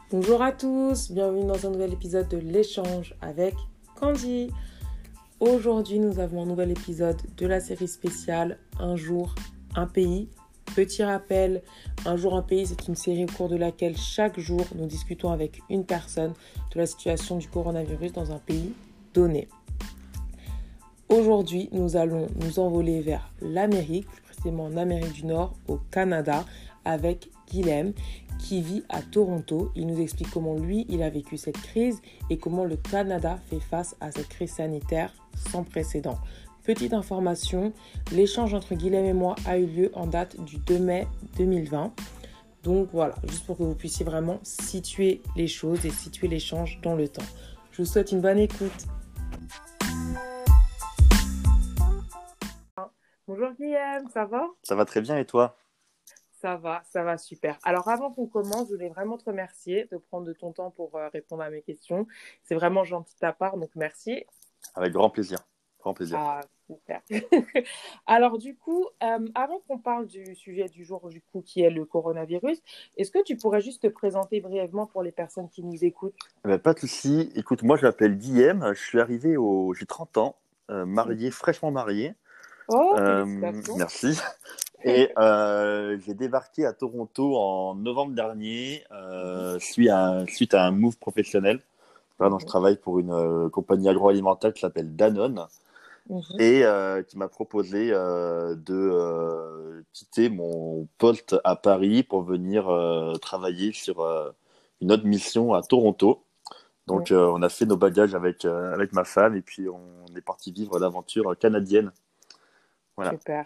Bonjour à tous, bienvenue dans un nouvel épisode de l'échange avec Candy. Aujourd'hui, nous avons un nouvel épisode de la série spéciale Un jour, un pays. Petit rappel, Un jour, un pays, c'est une série au cours de laquelle chaque jour, nous discutons avec une personne de la situation du coronavirus dans un pays donné. Aujourd'hui, nous allons nous envoler vers l'Amérique, plus précisément en Amérique du Nord, au Canada, avec Guilhem, qui vit à Toronto. Il nous explique comment lui, il a vécu cette crise et comment le Canada fait face à cette crise sanitaire sans précédent. Petite information, l'échange entre Guilhem et moi a eu lieu en date du 2 mai 2020. Donc voilà, juste pour que vous puissiez vraiment situer les choses et situer l'échange dans le temps. Je vous souhaite une bonne écoute. Bonjour Guilhem, ça va? Ça va très bien et toi? Ça va super. Alors avant qu'on commence, je voulais vraiment te remercier de prendre de ton temps pour répondre à mes questions. C'est vraiment gentil de ta part, donc merci. Avec grand plaisir. Grand plaisir. Ah, super. Alors du coup, avant qu'on parle du sujet du jour, du coup, qui est le coronavirus, est-ce que tu pourrais juste te présenter brièvement pour les personnes qui nous écoutent? Pas de souci. Écoute, moi je m'appelle Guillaume, je suis arrivé j'ai 30 ans, marié, fraîchement marié. Oh, félicitations. Merci. Et j'ai débarqué à Toronto en novembre dernier suite à un move professionnel. Voilà, donc je travaille pour une compagnie agroalimentaire qui s'appelle Danone et qui m'a proposé de quitter mon poste à Paris pour venir travailler sur une autre mission à Toronto. Donc on a fait nos bagages avec ma femme et puis on est parti vivre l'aventure canadienne. Voilà. Super.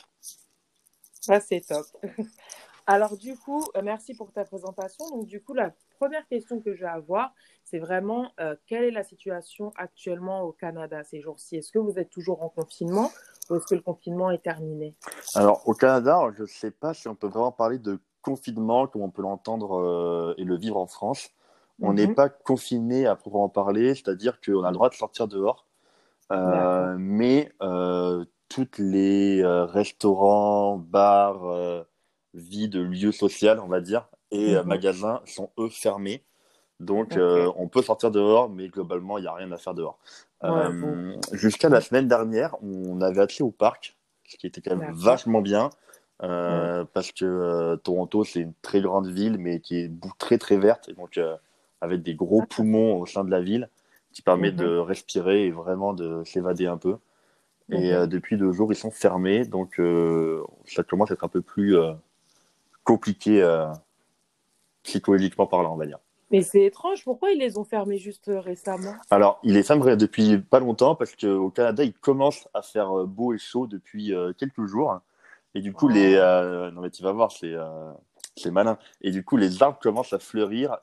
Ça, c'est top. Alors du coup, merci pour ta présentation. Donc du coup, la première question que je vais avoir, c'est vraiment quelle est la situation actuellement au Canada ces jours-ci? Est-ce que vous êtes toujours en confinement ou est-ce que le confinement est terminé? Alors au Canada, je ne sais pas si on peut vraiment parler de confinement comme on peut l'entendre et le vivre en France. On n'est pas confiné à proprement parler, c'est-à-dire qu'on a le droit de sortir dehors, D'accord. mais tous les restaurants, bars, vie de lieux sociaux, on va dire, et magasins sont eux fermés. Donc, Ok. on peut sortir dehors, mais globalement, il n'y a rien à faire dehors. Ouais, bon. Jusqu'à la semaine dernière, on avait accès au parc, ce qui était quand même D'accord. vachement bien, Mm. parce que Toronto, c'est une très grande ville, mais qui est très, très verte, et donc avec des gros poumons au sein de la ville, qui permet de Mhm. respirer et vraiment de s'évader un peu. Et Mhm. depuis 2 jours, ils sont fermés, donc ça commence à être un peu plus compliqué psychologiquement parlant, on va dire. Mais c'est étrange, pourquoi ils les ont fermés juste récemment? Alors, il est fermé depuis pas longtemps parce qu'au Canada, il commence à faire beau et chaud depuis quelques jours. Et du coup, Ah, non mais tu vas voir, c'est malin. Et du coup, les arbres commencent à fleurir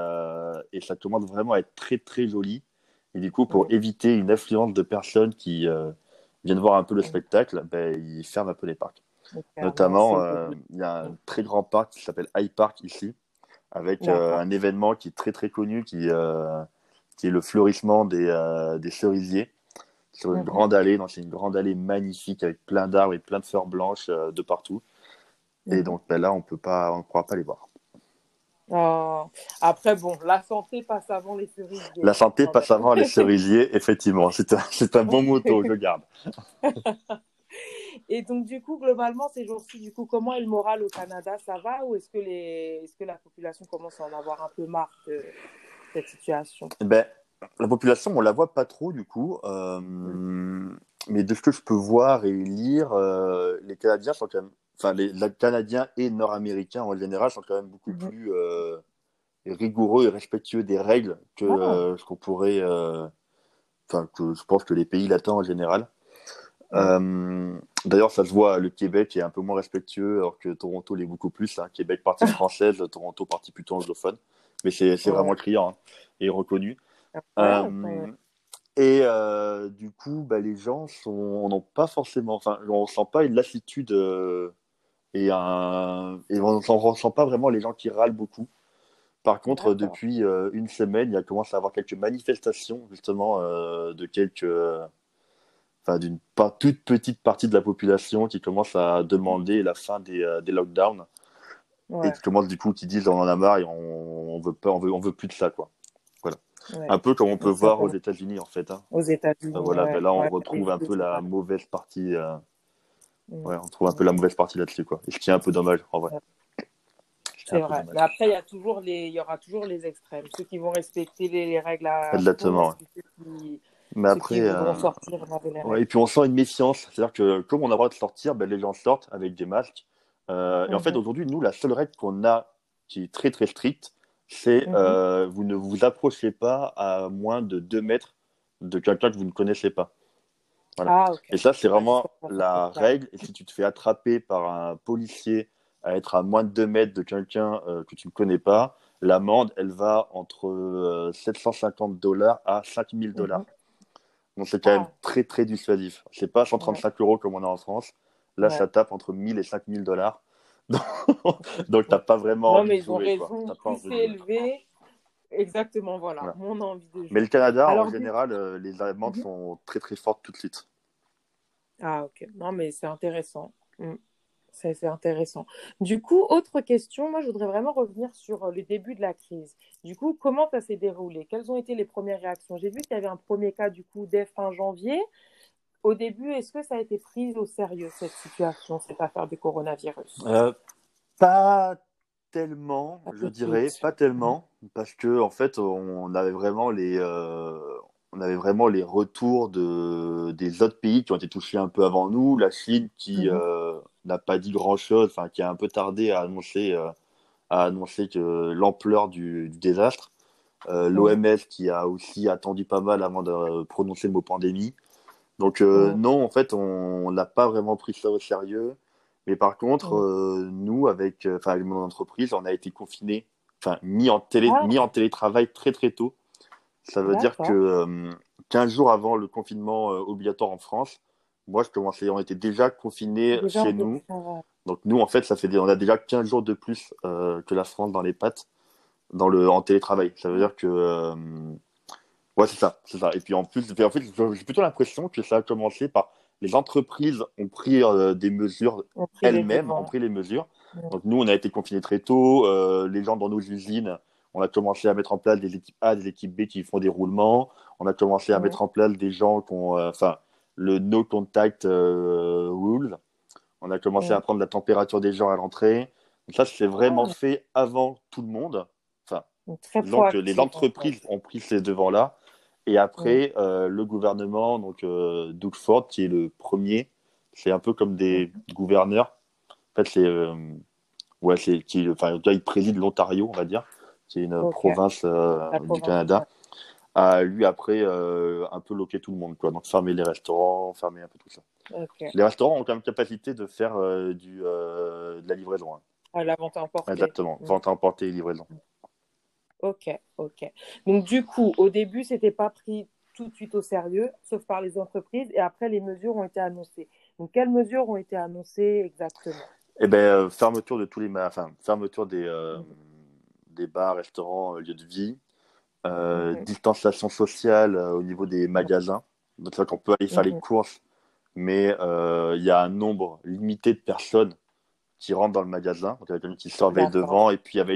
et ça commence vraiment à être très très joli. Et du coup, pour mm, éviter une affluence de personnes qui viennent voir un peu le mm. spectacle, ben, ils ferment un peu les parcs. Ils ferment, ouais, Notamment, c'est logique. il y a Mm. un très grand parc qui s'appelle High Park ici, avec D'accord. un événement qui est très très connu, qui est le fleurissement des cerisiers sur une Mhm. grande allée. Donc c'est une grande allée magnifique avec plein d'arbres et plein de fleurs blanches de partout. Et Mhm. donc ben là, on ne pourra pas les voir. Ah. Après, bon, la santé passe avant les La cerisiers, hein, santé quand passe avant les cerisiers, effectivement. C'est un bon motto, je garde. Et donc, du coup, globalement, ces jours-ci, du coup, comment est le moral au Canada? Ça va ou est-ce que la population commence à en avoir un peu marre de cette situation? Eh ben, la population, on la voit pas trop du coup. Mm. Mais de ce que je peux voir et lire, les Canadiens sont quand même, enfin les Canadiens et Nord-Américains en général sont quand même beaucoup Mhm. plus rigoureux et respectueux des règles que Ah. ce qu'on pourrait, enfin que je pense que les pays latins en général. Mm. D'ailleurs, ça se voit, le Québec est un peu moins respectueux, alors que Toronto l'est beaucoup plus. Hein. Québec partie française, Toronto partie plutôt anglophone. Mais c'est vraiment Ouais. criant hein, et reconnu. Incroyable, quand même. Euh, et du coup, bah, les gens n'ont pas forcément, enfin, on sent pas une lassitude et on ne ressent pas vraiment les gens qui râlent beaucoup. Par contre, D'accord. depuis une semaine, il y a commencé à avoir quelques manifestations justement de enfin, toute petite partie de la population qui commence à demander la fin des lockdowns. et Ouais, qui commencent du coup, qui disent on en a marre et on veut pas, on veut plus de ça, quoi. Voilà. ouais. Un peu comme on peut Donc ça voir aux commence États-Unis, en fait, hein. aux États-Unis, Voilà, ben ouais, là, on ouais, les retrouve un vidéos, peu c'est la pareil. mauvaise partie. Mm, Ouais, on trouve un peu la mm, mauvaise partie là-dessus, quoi. Et ce qui est un peu dommage, en vrai. ouais. Ce qui est un C'est peu vrai. dommage. Mais après, il y aura toujours les extrêmes. Ceux qui vont respecter les règles à fond, et Exactement. Ouais. puis Mais ceux qui après, voudront sortir malgré les ouais, et règles. puis on sent une méfiance. C'est-à-dire que comme on a le droit de sortir, ben, les gens sortent avec des masques. Et en fait, Mhm, aujourd'hui, nous, la seule règle qu'on a qui est très très stricte, c'est mhm. vous ne vous approchez pas à moins de 2 mètres de quelqu'un que vous ne connaissez pas. Voilà. Ah, ok. Et ça, c'est Ouais, ça, vraiment ça peut la être carré. règle. Et si tu te fais attraper par un policier à être à moins de 2 mètres de quelqu'un que tu ne connais pas, l'amende, elle va entre 750 $ à 5 000 $. Mhm. Donc c'est quand même Ah, très très dissuasif. C'est pas ouais, 135 € comme on a en France. Là, ça ouais. tape entre 1 000 et 5 000 $. Donc t'as pas vraiment Non, envie mais de ils ont jouer, quoi. raison. T'as pas Plus envie de c'est jouer. élevé, exactement, voilà. Voilà. Moins on a envie de Mais jouer. le Canada, en Alors, du général, les amendes Mhm. sont très très fortes tout de suite. Ah, ok. Non, mais c'est intéressant. C'est intéressant. Du coup, autre question, moi je voudrais vraiment revenir sur le début de la crise. Du coup, comment ça s'est déroulé? Quelles ont été les premières réactions? J'ai vu qu'il y avait un premier cas du coup dès fin janvier. Au début, est-ce que ça a été pris au sérieux cette situation, cette affaire du coronavirus? Euh, Pas tellement, Pas je tout de dirais, suite. pas Mhm. tellement, parce que en fait, on avait vraiment les retours des autres pays qui ont été touchés un peu avant nous. La Chine qui Mhm. n'a pas dit grand-chose, enfin qui a un peu tardé à annoncer que l'ampleur du désastre. Mhm. L'OMS qui a aussi attendu pas mal avant de prononcer le mot pandémie. Donc Mhm. non, en fait, on n'a pas vraiment pris ça au sérieux. Mais par contre, Mhm. nous, avec mon entreprise, on a été confinés, enfin mis Ah, en télétravail très très tôt. Ça veut dire que d'accord. 15 jours avant le confinement obligatoire en France, moi, on était déjà confinés Déjà chez en nous. télétravail. Donc nous, en fait, on a déjà 15 jours de plus que la France dans les pattes en télétravail. Ça veut dire que ouais, c'est ça, c'est ça. Et puis en plus, en fait, j'ai plutôt l'impression que ça a commencé par les entreprises ont pris des mesures On a pris les elles-mêmes, ont devants. pris les mesures. Mhm. Donc nous, on a été confinés très tôt. Les gens dans nos usines, on a commencé à mettre en place des équipes A, des équipes B qui font des roulements. On a commencé à Mhm. mettre en place des gens qui ont, enfin, le no contact rule. On a commencé à Mhm. prendre la température des gens à l'entrée. Donc ça, c'est vraiment Ah, fait avant tout le monde. Enfin, donc très disons que les proactif en fait. entreprises ont pris ces devants-là. Et Mhm. après, le gouvernement, donc Doug Ford, qui est le premier, c'est un peu comme des Mhm. gouverneurs. En fait, ouais, enfin, il préside l'Ontario, on va dire, qui est une Ok, province la du province. Ouais. Canada. A lui après un peu loqué tout le monde, quoi. Donc fermer les restaurants, fermer un peu tout ça. Ok. Les restaurants ont quand même capacité de faire de la livraison, hein. Ah, la vente à emporter. Exactement, Mhm. vente à emporter et livraison. Ok, ok. Donc du coup, au début, c'était pas pris tout de suite au sérieux, sauf par les entreprises, et après, les mesures ont été annoncées. Donc, quelles mesures ont été annoncées exactement? Eh ben, fermeture de tous enfin, fermeture Mhm. des bars, restaurants, lieux de vie, Mhm. distanciation sociale au niveau des magasins. Donc, c'est vrai qu'on peut aller faire les Mhm. courses, mais il y a un nombre limité de personnes qui rentrent dans le magasin. Donc, il y a quelqu'un qui surveille D'accord. devant, et puis avec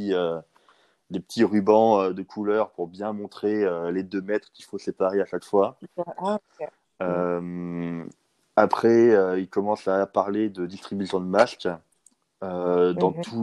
des petits rubans de couleur pour bien montrer les 2 mètres qu'il faut séparer à chaque fois. Ah, ok. Mhm. Euh, Après, il commence à parler de distribution de masques Mhm.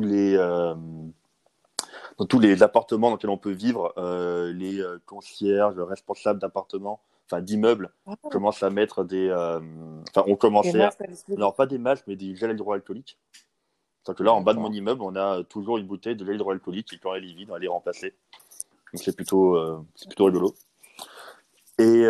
dans tous les appartements dans lesquels on peut vivre. Les concierges, responsables d'appartements, enfin d'immeubles, Ah, commencent à mettre enfin, on des commençait à. masques à Non, disposition. pas des masques, mais des gels hydroalcooliques. C'est-à-dire que là, en bas de mon D'accord. immeuble, on a toujours une bouteille de gel hydroalcoolique et quand elle est vide, on va les remplacer. Donc c'est plutôt rigolo. Et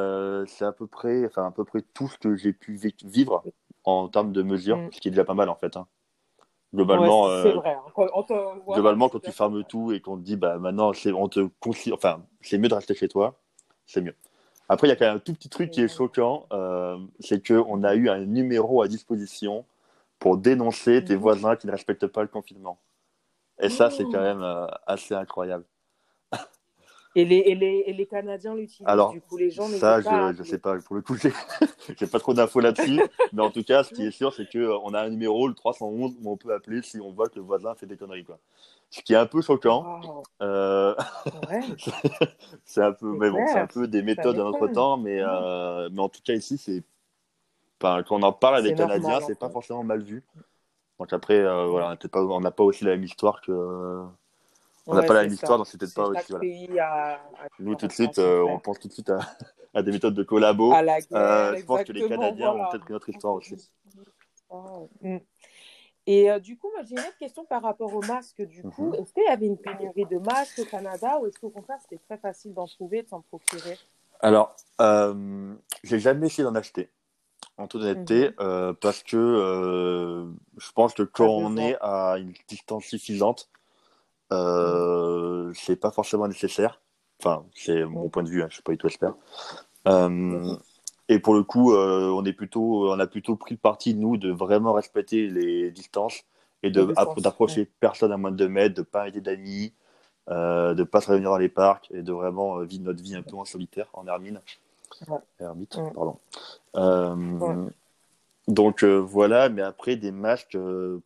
à peu près tout ce que j'ai pu vivre en termes de mesures, Mhm. ce qui est déjà pas mal en fait, hein. Ouais, Globalement, c'est vrai, hein. Voilà, globalement, c'est quand tu déjà pas fermes mal. tout et qu'on te dit, bah maintenant, enfin, c'est mieux de rester chez toi, c'est mieux. Après, il y a quand même un tout petit truc qui est choquant, c'est qu'on a Mhm. eu un numéro à disposition pour dénoncer tes Mhm. voisins qui ne respectent pas le confinement. Et ça, c'est quand Oh, même assez incroyable. Et les Canadiens l'utilisent, Alors, du coup, les gens ça, n'hésitent pas à je sais appeler. pas. Pour le coup, j'ai pas trop d'infos là-dessus. Mais en tout cas, ce qui est sûr, c'est qu'on a un numéro, le 311, où on peut appeler si on voit que le voisin fait des conneries, quoi. Ce qui est un peu choquant. Waouh, Euh, ouais, c'est un peu, c'est mais bon, c'est un clair, peu des ça méthodes à notre m'étonne. temps. Mais en tout cas, ici, enfin, quand on en parle à des C'est Canadiens, normal, en c'est pas fait. forcément mal vu. Donc après, voilà, Ouais, on n'a pas aussi la même histoire que. On n'a ouais, pas la c'est même histoire, ça. donc c'est peut-être C'est pas aussi, chaque voilà. pays a Nous, tout de différentes suite, façons de on faire. pense tout de suite à des méthodes de collabo. À la guerre, Je pense que les exactement, Canadiens ont voilà. peut-être une autre histoire aussi. Ah, mm. Et du coup, moi, j'ai une autre question par rapport aux masques. Du coup, Mhm. est-ce qu'il y avait une pénurie de masques au Canada ou est-ce qu'au contraire, c'était très facile d'en trouver, de s'en procurer? Alors, j'ai jamais essayé d'en acheter, en toute honnêteté, Mhm. parce que je pense que quand Pas on besoin. est à une distance suffisante, Mhm. c'est pas forcément nécessaire. Enfin, c'est mon point de vue, hein, je suis pas du tout expert. Euh, Mhm. et pour le coup, on a plutôt pris le parti, nous, de vraiment respecter les distances et Les distances. d'approcher personne à moins de 2 mètres, de pas inviter d'amis, de pas se réunir dans les parcs et de vraiment vivre notre vie un peu en solitaire, en Ouais. ermite, Mhm. pardon. Ouais. Euh, donc voilà, mais après des masques,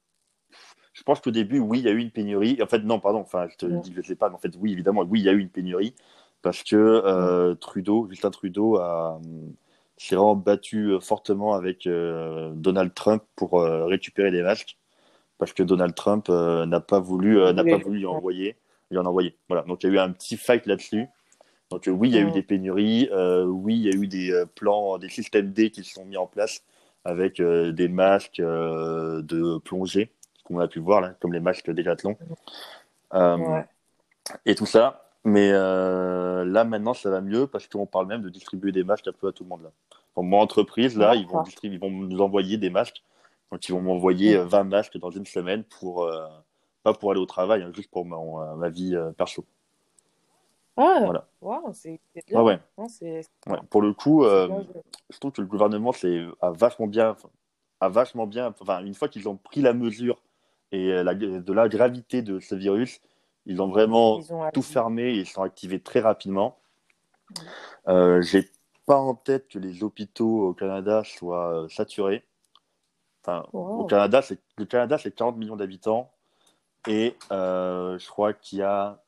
je pense qu'au début, oui, il y a eu une pénurie. En fait, non, pardon, enfin, je te Mhm. dis que je sais pas, mais en fait, oui, évidemment, oui, il y a eu une pénurie parce que Mhm. Justin Trudeau s'est vraiment battu fortement avec Donald Trump pour récupérer des masques parce que Donald Trump Vous n'a pas voulez. voulu lui en envoyer. Voilà, donc il y a eu un petit fight là-dessus. Donc oui, il y a eu des Mhm. pénuries, oui, il y a eu des plans, des systèmes D qui se sont mis en place avec des masques de plongée, ce qu'on a pu voir là, comme les masques Décathlon, euh, Ouais. et tout ça. Mais là maintenant, ça va mieux parce qu'on parle même de distribuer des masques un peu à tout le monde là. Pour mon entreprise là, D'accord. ils vont nous envoyer des masques. Donc ils vont m'envoyer Mhm. 20 masques dans une semaine pour pas pour aller au travail, hein, juste pour ma vie perso. Ah, Voilà. wow, c'est Ouais, ouais. bien. Non, Ouais, pour le coup, c'est bien joué. je trouve que le gouvernement a vachement bien, enfin, une fois qu'ils ont pris la mesure et de la gravité de ce virus, ils ont vraiment Ils ont tout agi. fermé et ils sont activés très rapidement. J'ai pas en tête que les hôpitaux au Canada soient saturés. Enfin, Wow. le Canada, c'est 40 millions d'habitants et je crois qu'il y a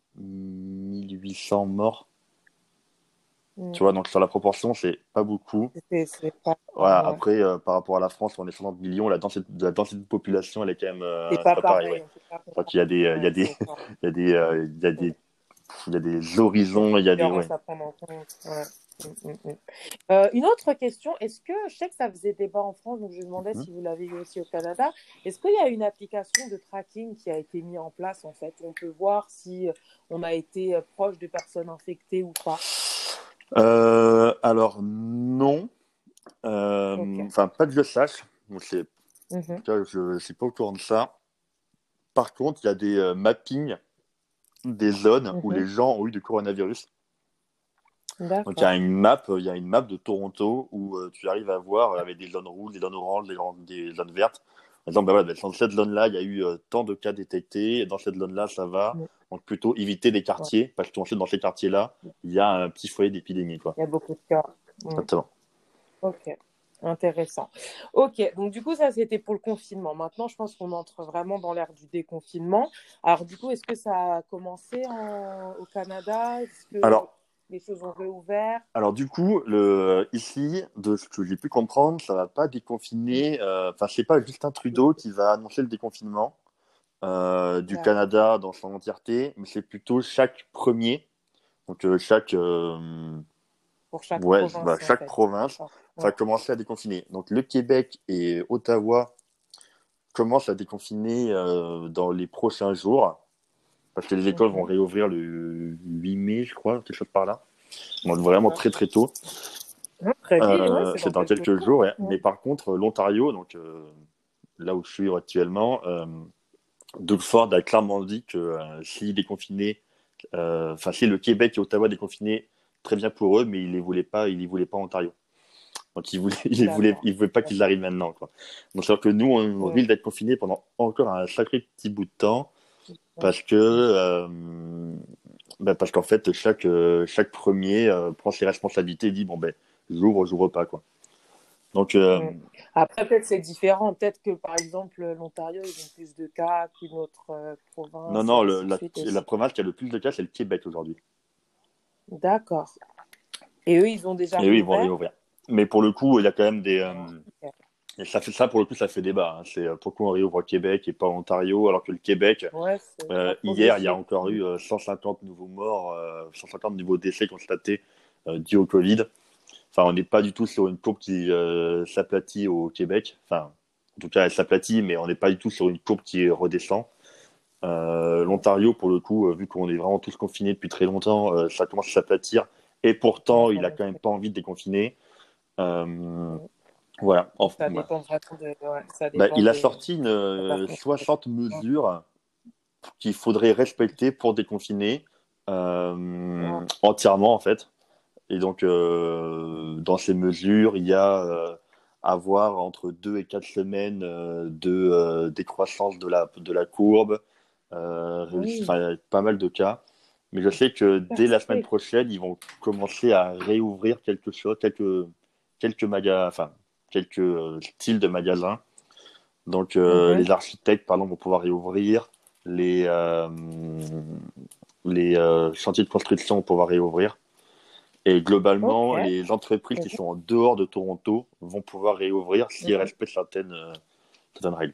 1800 morts. Tu vois, donc sur la proportion, c'est pas beaucoup. C'est pas. Voilà, Ouais. après, par rapport à la France, on est 60 millions, la densité de population, elle est quand même, C'est c'est pas pas pareil, ouais. pareil, on peut pas Je crois qu'il y a comparer. Ouais, c'est ça. il y a des, Ouais. il y a des Il y a horizons, des il y a des, différences ouais. à prendre en compte. Ouais. Une autre question, est-ce que, je sais que ça faisait débat en France, donc je me demandais Mhm. si vous l'avez eu aussi au Canada, est-ce qu'il y a une application de tracking qui a été mise en place en fait, où on peut voir si on a été proche de personnes infectées ou pas? Alors, non, Ok. enfin, pas que je sache, donc en tout Mhm. cas, je suis pas au courant de ça. Par contre, il y a des mappings des zones où les Mhm. gens ont eu du coronavirus. Donc D'accord. il y a une map de Toronto où tu arrives à voir avec des zones rouges, des zones oranges, des zones vertes. Par exemple, bah voilà, dans cette zone-là, il y a eu tant de cas détectés. Et dans cette zone-là, ça va. Mhm. Donc plutôt éviter des Ouais. quartiers parce que dans ces quartiers-là, il y a un petit foyer d'épidémie, quoi. Il y a beaucoup de cas. Mhm. Exactement. Ok. Intéressant. Ok, donc du coup, ça c'était pour le confinement. Maintenant, je pense qu'on entre vraiment dans l'ère du déconfinement. Alors, du coup, est-ce que ça a commencé au Canada? Est-ce que Alors, les choses ont réouvert? alors du coup, ici, de ce que j'ai pu comprendre, ça va pas déconfiner. Enfin, c'est pas Justin Trudeau qui va annoncer le déconfinement du D'accord. Canada dans son entièreté, mais c'est plutôt chaque premier. Donc Pour chaque ouais, province, en chaque fait. province D'accord. Ouais. va commencer à déconfiner. Donc le Québec et Ottawa commencent à déconfiner dans les prochains jours, parce que les écoles vont Mhm. réouvrir le 8 mai, je crois, quelque chose par là. Donc vraiment très D'accord. très tôt. Ouais, très vite, ouais, c'est C'est dans dans quelques quelques jours, jours. ouais. Ouais. Mais par contre, l'Ontario, donc là où je suis actuellement, Doug Ford a clairement dit que s'il déconfinait, enfin si le Québec et Ottawa déconfinaient, très bien pour eux, mais il les voulait pas en Ontario. Donc D'accord. il voulait pas qu'ils arrivent maintenant, quoi. Donc c'est que nous, on Ouais. risque d'être confinés pendant encore un sacré petit bout de temps Ouais. parce que Parce qu'en fait, chaque premier prend ses responsabilités et dit, bon, ben, j'ouvre pas, quoi. Donc, Mm. Après, peut-être c'est différent. Peut-être que, par exemple, l'Ontario, ils ont plus de cas qu'une autre non, province et non, ainsi de suite la aussi. province qui a le plus de cas, c'est le Québec aujourd'hui. D'accord. Et eux, ils ont déjà Et eux, ils vont réouvert? réouvrir. Mais pour le coup, il y a quand même Ah, ok. et ça fait ça, pour le coup, ça fait débat, hein. C'est pourquoi on réouvre au Québec et pas en Ontario, alors que le Québec, Ouais, c'est pas trop hier, il y a logique. encore eu 150 nouveaux morts, 150 nouveaux décès constatés dus au Covid. Enfin, on n'est pas du tout sur une courbe qui s'aplatit au Québec. Enfin, en tout cas, elle s'aplatit, mais on n'est pas du tout sur une courbe qui redescend. L'Ontario, pour le coup, vu qu'on est vraiment tous confinés depuis très longtemps, ça commence à s'aplatir. Et pourtant, Ouais, il en a quand même effet. pas envie de déconfiner. Euh, Mm. voilà. Donc, Enfin, ça voilà. dépend vraiment de, ouais, ça dépend Il a sorti de la 60 consommation. mesures qu'il faudrait respecter pour déconfiner Ouais. entièrement, en fait. Et donc, dans ces mesures, il y a avoir entre 2 et 4 semaines de décroissance de la courbe. Oui, Enfin, il y a pas mal de cas. Mais je sais que super dès la semaine strict. prochaine, ils vont commencer à réouvrir quelque chose, quelques magas, enfin, quelques styles de magasins. Donc, Mhm. les architectes, par exemple, vont pouvoir réouvrir. Les, euh, les chantiers de construction vont pouvoir réouvrir. Et Ok. globalement, les entreprises qui Mhm. sont en dehors de Toronto vont pouvoir réouvrir si elles Mhm. respectent certaines règles.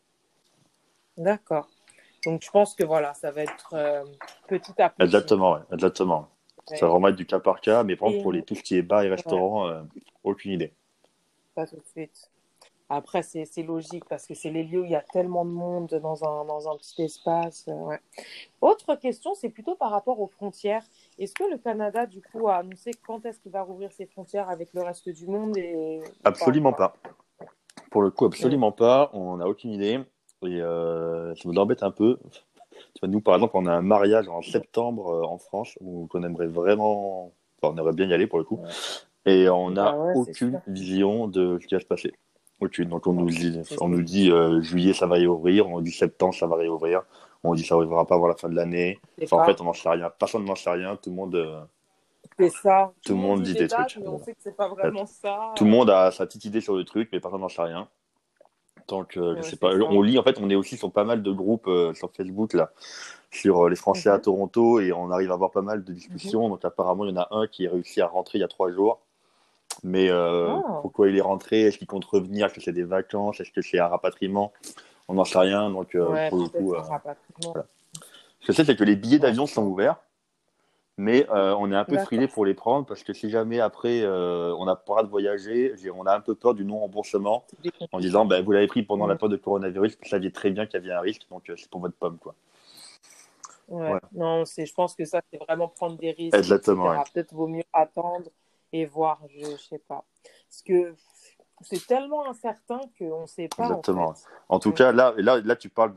D'accord. Donc, je pense que voilà, ça va être petit à petit. Exactement, ouais, exactement. Ça va Ouais. vraiment être du cas par cas, mais par contre, Et pour tout ce qui est bars et ouais, restaurants, aucune idée. pas tout de suite. Après, c'est logique parce que c'est les lieux où il y a tellement de monde dans un petit espace. Ouais. Autre question, c'est plutôt par rapport aux frontières. Est-ce que le Canada, du coup, a annoncé quand est-ce qu'il va rouvrir ses frontières avec le reste du monde ou pas Absolument encore? pas. Pour le coup, Mm. absolument pas. On n'a aucune idée. Et ça nous embête un peu. Tu vois, nous, par exemple, on a un mariage en septembre en France où qu'on aimerait vraiment. Enfin, on aimerait bien y aller pour le coup. Ouais. Et on Bah n'a ouais, c'est aucune sûr. vision de ce qui va se passer. Aucune. Donc C'est on nous c'est- dit juillet ça va réouvrir, on dit septembre ça va réouvrir, on dit ça ne réouvrira pas avant la fin de l'année. c'est Enfin, en pas. fait, on n'en sait rien. Personne n'en sait rien. C'est ça. Tout Tout le le monde monde dit dit des des dates, trucs. mais on sait que c'est pas Euh, vraiment Tout le ça. monde a sa petite idée sur le truc, mais personne n'en sait rien. Donc, je Ouais, sais c'est pas. ça. On lit, en fait, on est aussi sur pas mal de groupes sur Facebook là, sur les Français à Mhm. Toronto, et on arrive à avoir pas mal de Mhm. discussions. Donc, apparemment, il y en a un qui a réussi à rentrer il y a 3 jours. Mais Ah, pourquoi il est rentré? Est-ce qu'il compte revenir? Est-ce que c'est des vacances? Est-ce que c'est un rapatriement? On n'en sait rien. Donc, ouais, pour le coup, peut-être un rapatriement. voilà. Ce que je sais, c'est que les billets Ouais, d'avion sont ouais. ouverts, mais on est un peu frilé D'accord. pour les prendre parce que si jamais après on n'a pas le droit de voyager, on a un peu peur du non-remboursement C'est des en disant compliqué. ben, vous l'avez pris pendant la Mm. période de coronavirus, vous saviez très bien qu'il y avait un risque, donc c'est pour votre pomme, quoi. Ouais. Voilà. Non, je pense que ça, c'est vraiment prendre des risques, Exactement, ouais. etc. Peut-être vaut mieux attendre et voir, je sais pas. Parce que c'est tellement incertain qu'on ne sait pas, en Exactement, fait. ouais. En tout Mm. cas, là, tu parles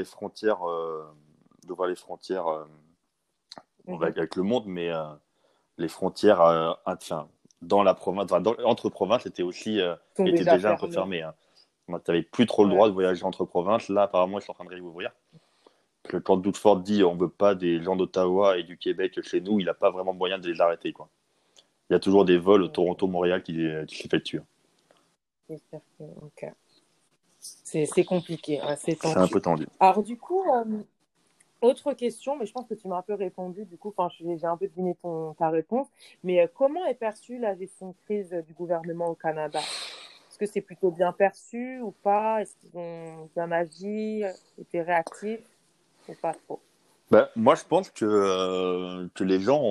d'ouvrir les frontières Mhm. avec le monde, mais les frontières enfin, dans la province, enfin, entre provinces Ils sont étaient déjà déjà un peu fermés. fermées, hein. Tu n'avais plus trop le Ouais. droit de voyager entre provinces. Là, apparemment, ils sont en train de réouvrir. Parce que quand Doutford dit on veut pas des gens d'Ottawa et du Québec chez nous, il n'a pas vraiment moyen de les arrêter, quoi. Il y a toujours des vols Ok. Toronto-Montréal qui s'effectuent. C'est sûr que- ok. C'est compliqué, hein, c'est C'est un peu tendu. tendu. Alors, du coup, autre question, mais je pense que tu m'as un peu répondu, du coup, enfin, j'ai un peu deviné ta réponse. Mais comment est perçue la gestion de crise du gouvernement au Canada? Est-ce que c'est plutôt bien perçu ou pas? Est-ce qu'ils ont bien agi, été réactifs ou pas trop? Ben, moi, je pense que les gens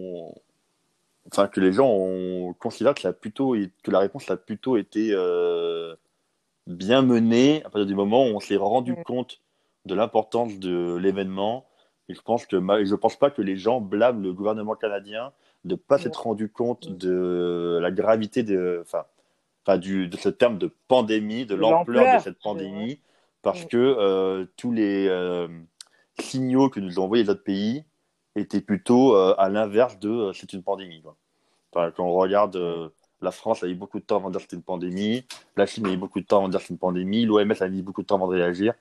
considèrent que la réponse a plutôt été bien menée à partir du moment où on s'est rendu Mm, compte de l'importance de l'événement. Et je pense pas que les gens blâment le gouvernement canadien de ne pas s'être ouais, rendu compte mm, de la gravité de ce terme de pandémie, de de l'ampleur de l'ampleur cette de, ouais, pandémie, parce mm, que tous les signaux que nous ont envoyés les autres pays étaient plutôt à l'inverse de c'est une pandémie, quoi. Enfin, quand on regarde, mm, la France a eu beaucoup de temps avant de dire que c'était une pandémie, la Chine a eu beaucoup de temps avant de dire que c'est une pandémie, l'OMS a mis beaucoup de temps avant de réagir.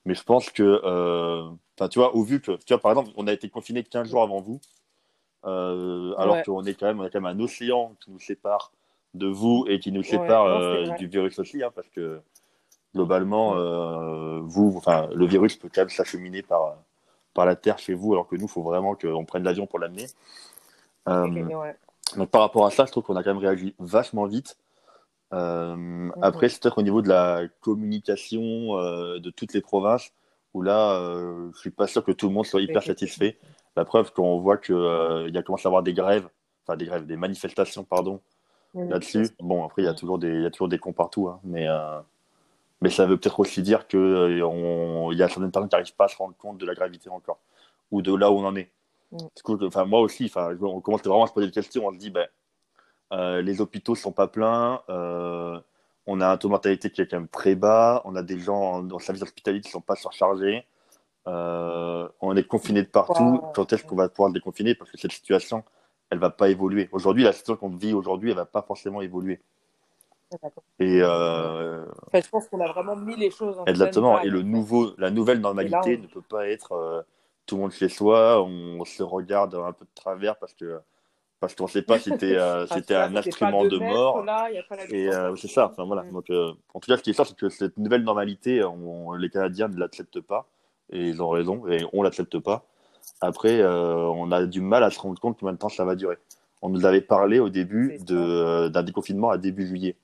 Mais je pense que, enfin, tu vois, au vu que, tu vois, par exemple, on a été confinés 15 jours avant vous, alors Ouais, qu'on est quand même, on a quand même un océan qui nous sépare de vous et qui nous ouais, sépare non, c'est vrai. du virus aussi, hein, parce que globalement, Mm. vous, enfin, le virus peut quand même s'acheminer par la terre chez vous, alors que nous, il faut vraiment qu'on prenne l'avion pour l'amener. Euh, Ouais. donc par rapport à ça, je trouve qu'on a quand même réagi vachement vite. Après, Mhm. c'est peut-être au niveau de la communication de toutes les provinces, où là, je suis pas sûr que tout le monde soit hyper Effectivement. satisfait. La preuve, quand on voit que il y a commencé à avoir des grèves, enfin des manifestations, pardon, là-dessus. Bon, après, Mm. il y a toujours des cons partout, hein, mais ça veut peut-être aussi dire que il y a certaines personnes qui n'arrivent pas à se rendre compte de la gravité encore, ou de là où on en est. Mm. Du coup, enfin, moi aussi, enfin, on commence vraiment à se poser des questions. On se dit, ben, les hôpitaux sont pas pleins. On a un taux de mortalité qui est quand même très bas. On a des gens dans le service hospitalier qui sont pas surchargés. On est confiné de partout. Quoi, Quand est-ce qu'on va pouvoir se déconfiner? Parce que cette situation, elle va pas évoluer. Aujourd'hui, la situation qu'on vit aujourd'hui, elle va pas forcément évoluer. Et ouais. En fait, je pense qu'on a vraiment mis les choses en exactement. Et stand-by, en fait. la nouvelle Et là, normalité ne peut pas être tout le monde chez soi. On se regarde un peu de travers parce qu'on ne sait pas ah, si c'est t'es ça, un ça fait pas instrument 2 de mètres, mort. là, il n'y a pas la Et distance c'est ça. aussi. Enfin, voilà. Mm. Donc, en tout cas, ce qui est sûr, c'est que cette nouvelle normalité, les Canadiens ne l'acceptent pas. Et ils ont raison. Et on l'accepte pas. Après, on a du mal à se rendre compte combien de temps ça va durer. On nous avait parlé au début C'est ça. d'un déconfinement à début juillet.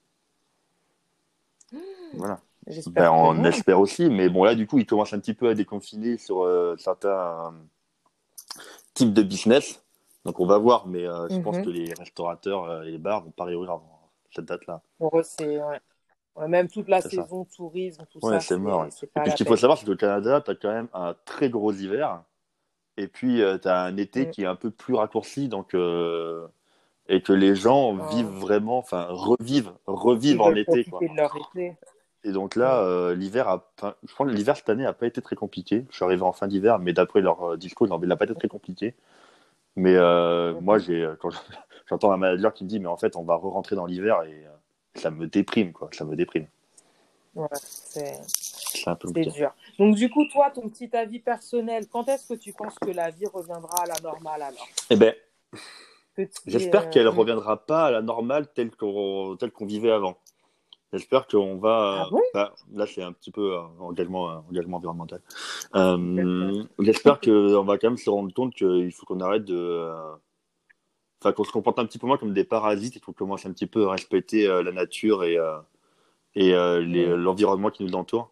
Mm. Voilà. Ben, J'espère que on non. espère aussi. Mais bon, là, du coup, ils commencent un petit peu à déconfiner sur certains types de business. Donc, on va voir. Mais je pense que Mhm. les restaurateurs et les bars vont pas réouvrir avant cette date-là. Pour eux, c'est... Ouais. Ouais, même toute la C'est ça. saison tourisme, tout Ouais, ça, c'est mort. Ouais. c'est Et pas puis, ce la qu'il faut peine. savoir, c'est qu'au Canada, tu as quand même un très gros hiver. Et puis, tu as un été Mm. qui est un peu plus raccourci. Donc, et que les gens vivent Ah, vraiment, enfin, revivent ils en veulent été, quoi. profiter de leur été. Et donc Mm. là, je pense que l'hiver cette année a pas été très compliqué. Je suis arrivé en fin d'hiver, mais d'après leur discours, il n'a pas été très compliqué. Mais moi, Mhm. quand j'entends un manager qui me dit, mais en fait, on va re-rentrer dans l'hiver et ça me déprime, quoi. Ça me déprime. Ouais, C'est un peu c'est compliqué. dur. Donc, du coup, toi, ton petit avis personnel, quand est-ce que tu penses que la vie reviendra à la normale alors? Eh ben, Petit. j'espère qu'elle reviendra pas à la normale telle qu'on vivait avant. J'espère qu'on Ah va. bon? Là, c'est un petit peu engagement environnemental. D'accord. J'espère qu'on va quand même se rendre compte qu'il faut qu'on arrête enfin, qu'on se comporte un petit peu moins comme des parasites et qu'on commence un petit peu à respecter la nature et Mm. l'environnement qui nous entoure.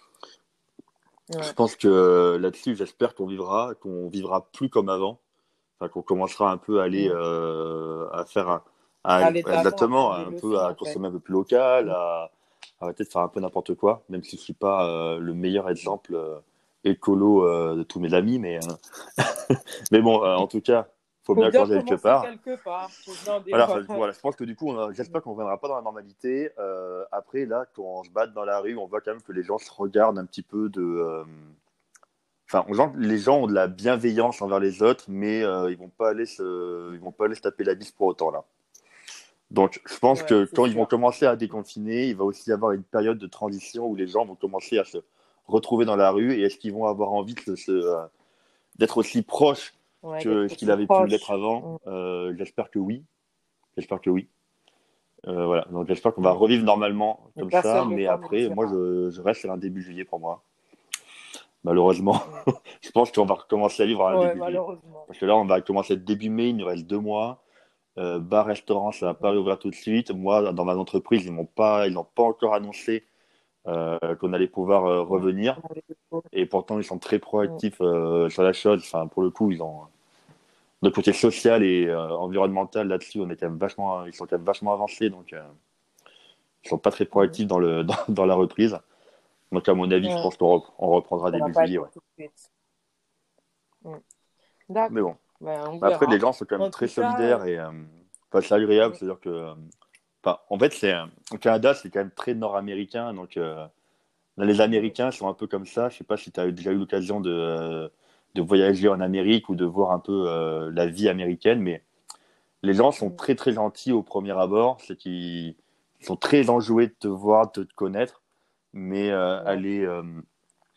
Je Ouais. pense que là-dessus, j'espère qu'on vivra plus comme avant. Enfin, qu'on commencera un peu à aller Mm. à faire Aller de l'avant, exactement, apprendre des un peu leçons, à en fait. consommer un peu plus local, Mm. à arrêter de faire un peu n'importe quoi, même si je suis pas le meilleur exemple écolo de tous mes amis, mais bon, en tout cas, faut Faut bien bien commencer quelque commencer part. quelque part. Faut bien Voilà, déjà. voilà, je pense que du coup, j'espère qu'on ne reviendra pas dans la normalité. Après, là, quand on se bat dans la rue, on voit quand même que les gens se regardent un petit peu enfin, les gens ont de la bienveillance envers les autres, mais ils vont pas aller se taper la bise pour autant là. Donc, je pense Ouais, que c'est quand ils vont sûr. commencer à déconfiner, il va aussi y avoir une période de transition où les gens vont commencer à se retrouver dans la rue et est-ce qu'ils vont avoir envie d'être aussi proches Ouais, que d'être ce qu'il aussi avait pu l'être proche. avant? Mm. J'espère que oui. J'espère que oui. Voilà. Donc, j'espère qu'on va Mm. revivre normalement Mais comme ça, personne ne mais t'en nous le après, moi, dira. je reste sur un début juillet pour moi. Malheureusement, Mm. je pense qu'on va recommencer à vivre un Ouais, début juillet. malheureusement. Parce que là, on va commencer début mai, il nous reste 2 mois. Bar, restaurant, ça va pas Mhm. réouvrir tout de suite. Moi, dans ma entreprise, ils n'ont pas encore annoncé qu'on allait pouvoir Ouais. revenir. On a les épaules. Et pourtant, ils sont très Mm. proactifs sur la chose. Enfin, pour le coup, ils ont de côté social et environnemental là-dessus, ils sont quand même vachement avancés. Donc, ils sont pas très Mhm. proactifs dans la reprise. Donc, à mon avis, je Ouais. pense on reprendra Ça va début pas juillet. être Ouais. tout de suite. Mm. Mais D'accord. bon. Ben, on Après, les verra. gens sont quand même En très tout cas, solidaires et enfin, c'est agréable. mm. C'est-à-dire que, enfin, en fait, au Canada, c'est quand même très nord-américain. Donc, les Mhm. Américains sont un peu comme ça. Je sais pas si tu as déjà eu l'occasion de voyager en Amérique ou de voir un peu la vie américaine, mais les gens sont Mm. très très gentils au premier abord. C'est qu'ils sont très enjoués de te voir, de te connaître, mais Ouais.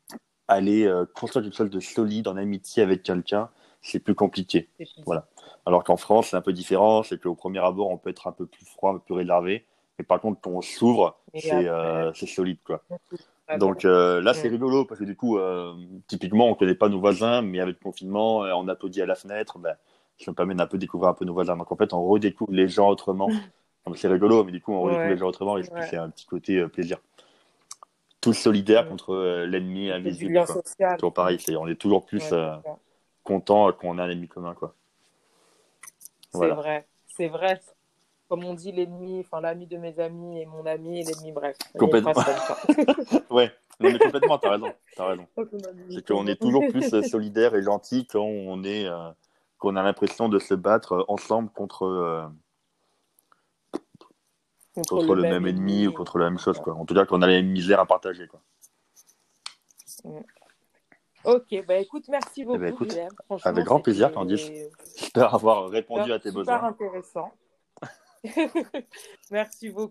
aller construire quelque chose de solide en amitié avec quelqu'un, c'est plus compliqué. Voilà. Alors qu'en France, c'est un peu différent, c'est qu'au premier abord, on peut être un peu plus froid, un peu plus réservé. Mais par contre, quand on s'ouvre, c'est solide, quoi. Donc là, c'est rigolo parce que du coup, typiquement, on connaît pas nos voisins, mais avec le confinement, on applaudit à la fenêtre, ça me permet d'un peu découvrir un peu nos voisins. Donc en fait, on redécouvre les gens autrement. Donc c'est rigolo, mais du coup, on redécouvre les gens autrement et c'est un petit côté plaisir. Tous solidaires contre l'ennemi invisible. Toujours pareil, on est toujours plus content quand on a un ennemi commun, quoi. Voilà. C'est vrai. Comme on dit, l'ami de mes amis et mon ami et l'ennemi, bref. Complètement. Ouais, non, mais complètement, t'as raison. C'est qu'on est toujours plus solidaire et gentil quand qu'on a l'impression de se battre ensemble contre le même ennemi ou contre la même chose, quoi. En tout cas, qu'on a la même misère à partager, quoi. Ok, écoute, merci beaucoup, Guilhem. Avec grand plaisir, Candice. J'espère avoir répondu à tes besoins. Super intéressant. Merci beaucoup.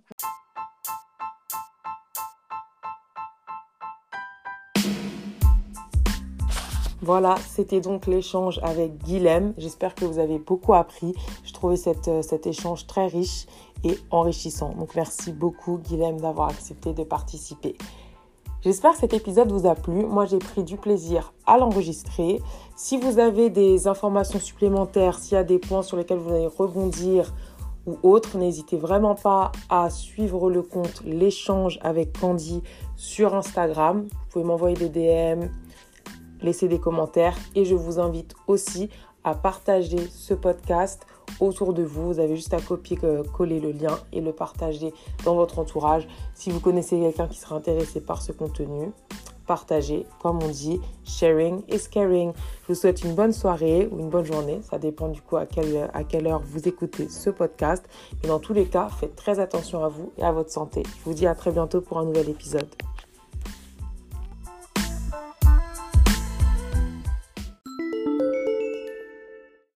Voilà, c'était donc l'échange avec Guilhem. J'espère que vous avez beaucoup appris. Je trouvais cet échange très riche et enrichissant. Donc merci beaucoup, Guilhem, d'avoir accepté de participer. J'espère que cet épisode vous a plu. Moi, j'ai pris du plaisir à l'enregistrer. Si vous avez des informations supplémentaires, s'il y a des points sur lesquels vous allez rebondir ou autres, n'hésitez vraiment pas à suivre le compte L'échange avec Candy sur Instagram. Vous pouvez m'envoyer des DM, laisser des commentaires et je vous invite aussi à partager ce podcast autour de vous. Vous avez juste à copier-coller le lien et le partager dans votre entourage. Si vous connaissez quelqu'un qui sera intéressé par ce contenu, partagez. Comme on dit, sharing is caring. Je vous souhaite une bonne soirée ou une bonne journée. Ça dépend du coup à quelle heure vous écoutez ce podcast. Mais dans tous les cas, faites très attention à vous et à votre santé. Je vous dis à très bientôt pour un nouvel épisode.